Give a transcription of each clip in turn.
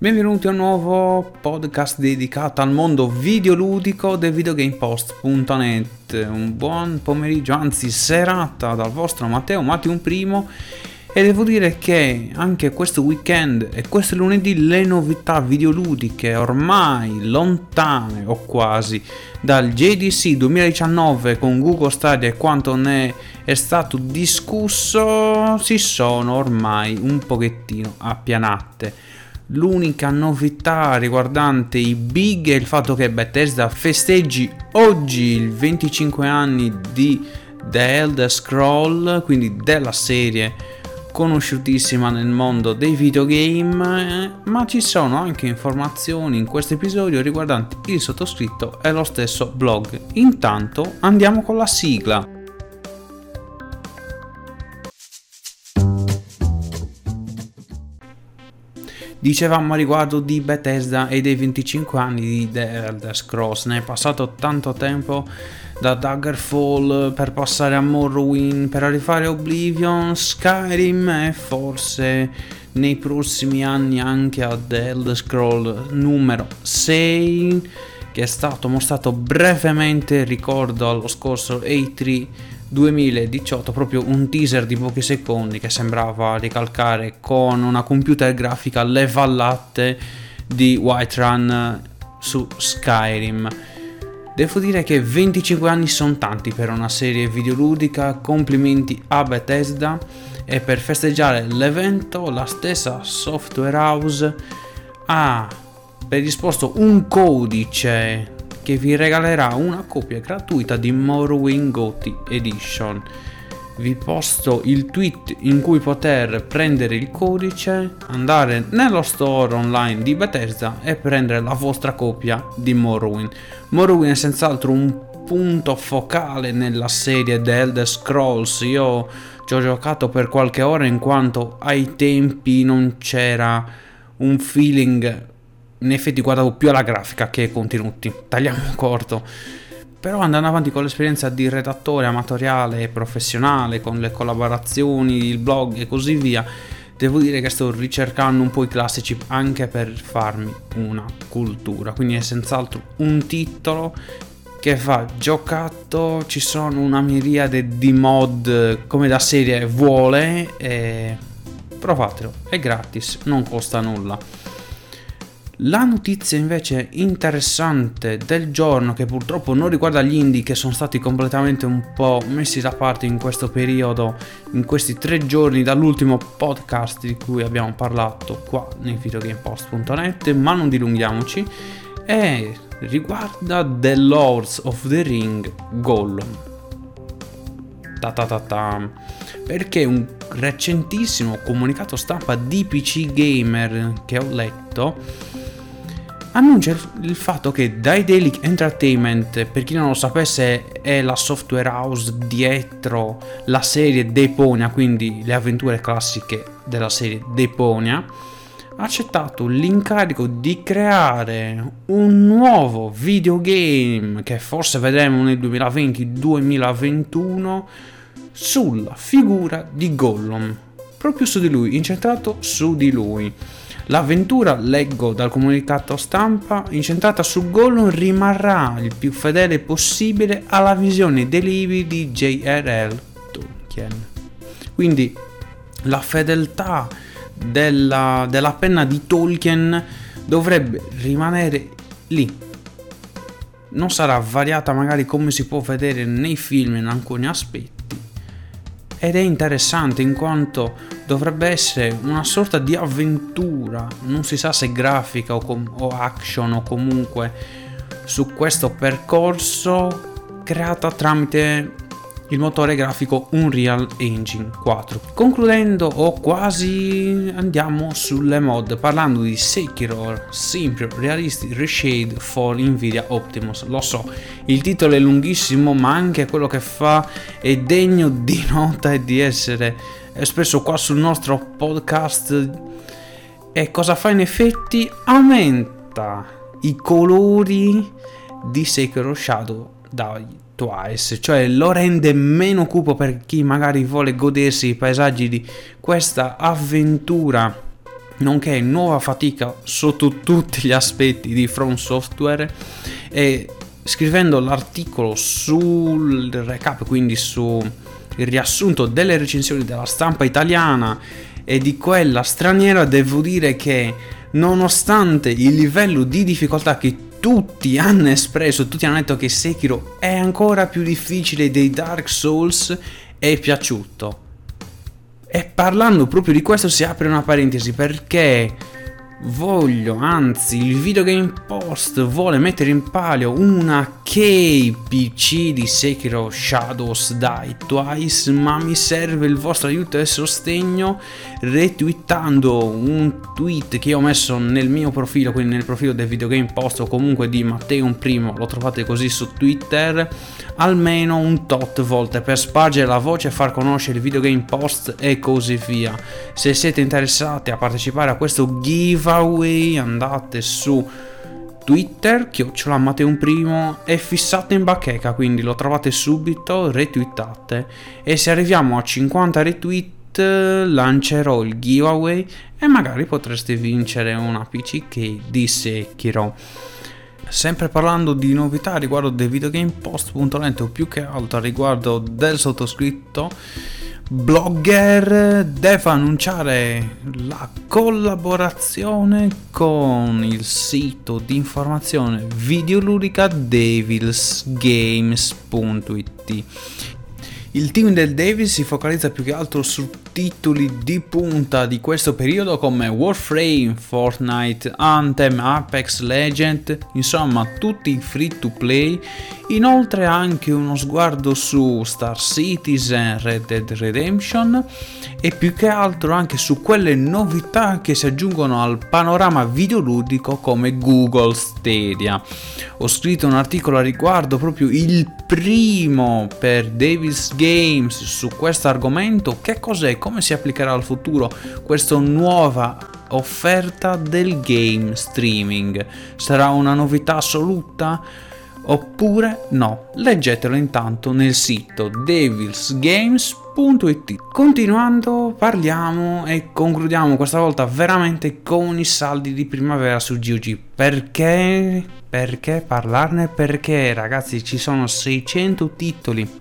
Benvenuti a un nuovo podcast dedicato al mondo videoludico del videogamepost.net. Un buon pomeriggio, anzi serata dal vostro Matteo Primo. E devo dire che anche questo weekend e questo lunedì le novità videoludiche ormai lontane o quasi dal JDC 2019 con Google Stadia e quanto ne è stato discusso si sono ormai un pochettino appianate. L'unica novità riguardante i big è il fatto che Bethesda festeggi oggi il 25 anni di The Elder Scrolls, quindi della serie conosciutissima nel mondo dei videogame, ma ci sono anche informazioni in questo episodio riguardanti il sottoscritto e lo stesso blog. Intanto andiamo con la sigla. Dicevamo a riguardo di Bethesda e dei 25 anni di The Elder Scrolls, ne è passato tanto tempo da Daggerfall per passare a Morrowind per arrivare a Oblivion, Skyrim e forse nei prossimi anni anche a The Elder Scrolls numero 6 che è stato mostrato brevemente, ricordo allo scorso E3 2018, proprio un teaser di pochi secondi che sembrava ricalcare con una computer grafica le vallate di Whiterun su Skyrim. Devo dire che 25 anni sono tanti per una serie videoludica, complimenti a Bethesda, e per festeggiare l'evento la stessa software house ha predisposto un codice che vi regalerà una copia gratuita di Morrowind GOTY Edition. Vi posto il tweet in cui poter prendere il codice, andare nello store online di Bethesda e prendere la vostra copia di Morrowind. Morrowind è senz'altro un punto focale nella serie The Elder Scrolls. Io ci ho giocato per qualche ora in quanto ai tempi non c'era un feeling. In effetti guardavo più alla grafica che ai contenuti, tagliamo corto. Però andando avanti con l'esperienza di redattore amatoriale e professionale, con le collaborazioni, il blog e così via, devo dire che sto ricercando un po' i classici anche per farmi una cultura. Quindi è senz'altro un titolo che va giocato, ci sono una miriade di mod come da serie vuole e provatelo, è gratis, non costa nulla. La notizia invece interessante del giorno, che purtroppo non riguarda gli indie che sono stati completamente un po' messi da parte in questo periodo, in questi 3 giorni dall'ultimo podcast di cui abbiamo parlato qua nei videogamepost.net, ma non dilunghiamoci, e riguarda The Lords of the Ring Gollum. Perché un recentissimo comunicato stampa di PC Gamer che ho letto annuncia il fatto che Daedalic Entertainment, per chi non lo sapesse, è la software house dietro la serie Deponia, quindi le avventure classiche della serie Deponia, ha accettato l'incarico di creare un nuovo videogame che forse vedremo nel 2020-2021 sulla figura di Gollum, proprio su di lui, incentrato su di lui. L'avventura, leggo dal comunicato stampa, incentrata su Gollum, rimarrà il più fedele possibile alla visione dei libri di J.R.R. Tolkien. Quindi la fedeltà della penna di Tolkien dovrebbe rimanere lì. Non sarà variata magari come si può vedere nei film in alcuni aspetti. Ed è interessante in quanto dovrebbe essere una sorta di avventura, non si sa se grafica o action o comunque su questo percorso, creata tramite il motore grafico Unreal Engine 4. Concludendo, o quasi, andiamo sulle mod parlando di Sekiro Simple Realistic Reshade for Nvidia Optimus. Lo so, il titolo è lunghissimo, ma anche quello che fa è degno di nota e di essere espresso qua sul nostro podcast. E cosa fa in effetti? Aumenta i colori di Sekiro Shadow Die Twice, cioè lo rende meno cupo per chi magari vuole godersi i paesaggi di questa avventura nonché nuova fatica sotto tutti gli aspetti di From Software, e scrivendo l'articolo sul recap, quindi sul riassunto delle recensioni della stampa italiana e di quella straniera, devo dire che nonostante il livello di difficoltà che tutti hanno espresso, tutti hanno detto che Sekiro è ancora più difficile dei Dark Souls, è piaciuto. E parlando proprio di questo si apre una parentesi, perché il Video Game Post vuole mettere in palio una key PC di Sekiro Shadows Die Twice, ma mi serve il vostro aiuto e sostegno retweetando un tweet che io ho messo nel mio profilo, quindi nel profilo del Video Game Post o comunque di Matteo Primo, lo trovate così su Twitter, almeno un tot volte per spargere la voce e far conoscere il Video Game Post e così via. Se siete interessati a partecipare a questo giveaway, andate su Twitter @MatteoPrimo e fissate in bacheca, quindi lo trovate subito, retweetate, e se arriviamo a 50 retweet lancerò il giveaway e magari potreste vincere una PC Key di Sekiro. Sempre parlando di novità riguardo del videogamepost.net, o più che altro riguardo del sottoscritto, Blogger deve annunciare la collaborazione con il sito di informazione videoludica devilsgames.it. Il team del Devils si focalizza più che altro su titoli di punta di questo periodo come Warframe, Fortnite, Anthem, Apex Legends, insomma tutti free to play. Inoltre anche uno sguardo su Star Citizen, Red Dead Redemption e più che altro anche su quelle novità che si aggiungono al panorama videoludico come Google Stadia. Ho scritto un articolo a riguardo, proprio il primo per Devils Games su questo argomento. Che cos'è? Come si applicherà al futuro questa nuova offerta del game streaming? Sarà una novità assoluta oppure no? Leggetelo intanto nel sito devilsgames.it. Continuando, parliamo e concludiamo questa volta veramente con i saldi di primavera su GOG. Perché parlarne? Perché ragazzi, ci sono 600 titoli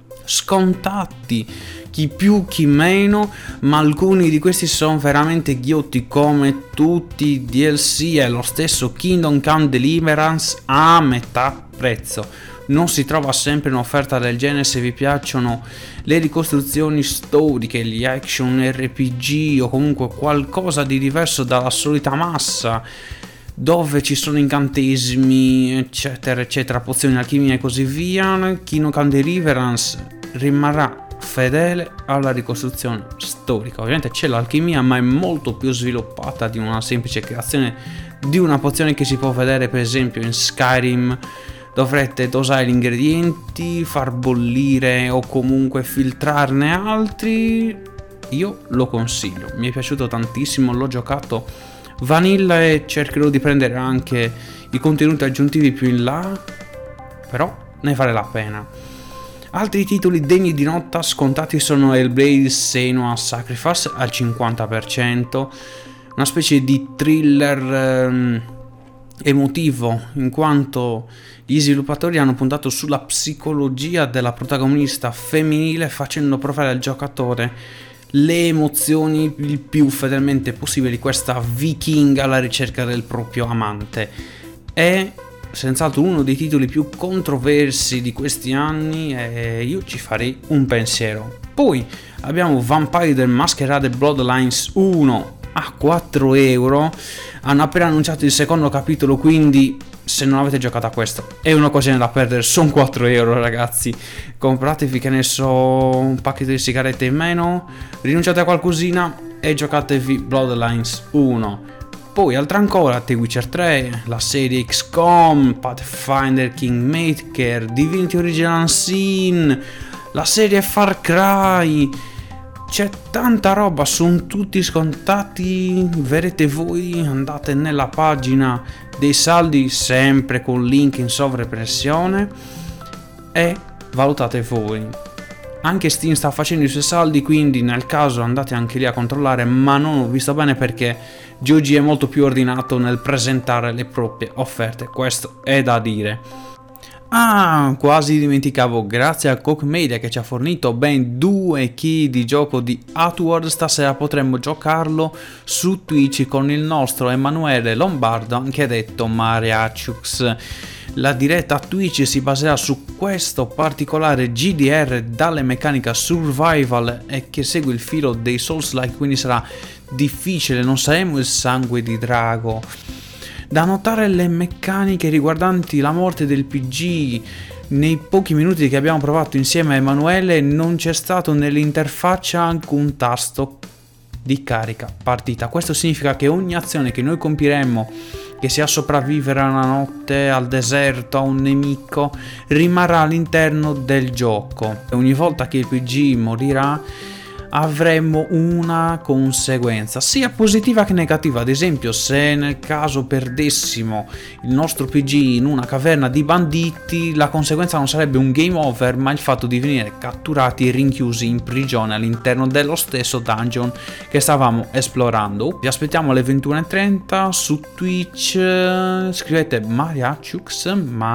scontati, chi più chi meno, ma alcuni di questi sono veramente ghiotti, come tutti i DLC e lo stesso Kingdom Come Deliverance a metà prezzo. Non si trova sempre un'offerta del genere se vi piacciono le ricostruzioni storiche, gli action RPG o comunque qualcosa di diverso dalla solita massa, dove ci sono incantesimi eccetera eccetera, pozioni, alchimia e così via. Kingdom Come Deliverance rimarrà fedele alla ricostruzione storica. Ovviamente c'è l'alchimia, ma è molto più sviluppata di una semplice creazione di una pozione che si può vedere per esempio in Skyrim. Dovrete dosare gli ingredienti, far bollire o comunque filtrarne altri. Io lo consiglio, mi è piaciuto tantissimo, l'ho giocato vanilla e cercherò di prendere anche i contenuti aggiuntivi più in là, però ne vale la pena. Altri titoli degni di nota scontati sono Hellblade Senua's Sacrifice al 50%, una specie di thriller emotivo, in quanto gli sviluppatori hanno puntato sulla psicologia della protagonista femminile, facendo provare al giocatore le emozioni il più fedelmente possibile di questa vichinga alla ricerca del proprio amante. È senz'altro uno dei titoli più controversi di questi anni e io ci farei un pensiero. Poi abbiamo Vampire the Masquerade Bloodlines 1 a 4 euro. Hanno appena annunciato il secondo capitolo, quindi se non avete giocato a questo è un'occasione da perdere. Sono 4 euro ragazzi, compratevi, che ne so, un pacchetto di sigarette in meno, rinunciate a qualcosina e giocatevi Bloodlines 1. Poi altra ancora, The Witcher 3, la serie XCOM, Pathfinder Kingmaker, Divinity Original Sin, la serie Far Cry. C'è tanta roba, sono tutti scontati, vedete voi, andate nella pagina dei saldi sempre con link in sovraimpressione e valutate voi. Anche Steam sta facendo i suoi saldi, quindi nel caso andate anche lì a controllare, ma non ho visto bene perché GOG è molto più ordinato nel presentare le proprie offerte, questo è da dire. Ah, quasi dimenticavo, grazie a Koch Media che ci ha fornito ben 2 key di gioco di Outward, stasera potremmo giocarlo su Twitch con il nostro Emanuele Lombardo, anche detto Mariaciux. La diretta Twitch si baserà su questo particolare GDR dalle meccaniche survival e che segue il filo dei Souls-like, quindi sarà difficile, non saremo il sangue di drago. Da notare le meccaniche riguardanti la morte del PG. Nei pochi minuti che abbiamo provato insieme a Emanuele non c'è stato nell'interfaccia alcun tasto di carica partita. Questo significa che ogni azione che noi compiremo, che sia sopravvivere a una notte, al deserto, a un nemico, rimarrà all'interno del gioco. Ogni volta che il PG morirà avremo una conseguenza sia positiva che negativa. Ad esempio, se nel caso perdessimo il nostro PG in una caverna di banditi, la conseguenza non sarebbe un game over, ma il fatto di venire catturati e rinchiusi in prigione all'interno dello stesso dungeon che stavamo esplorando. Vi aspettiamo alle 21:30 su Twitch, scrivete Mariaciux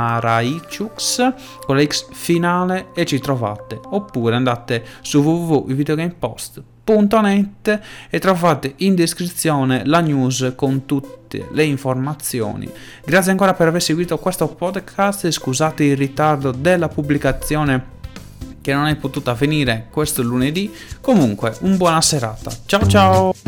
con la X finale e ci trovate, oppure andate su www.videogamepost.net e trovate in descrizione la news con tutte le informazioni. Grazie ancora per aver seguito questo podcast e scusate il ritardo della pubblicazione che non è potuta avvenire questo lunedì. Comunque, buona serata. Ciao ciao!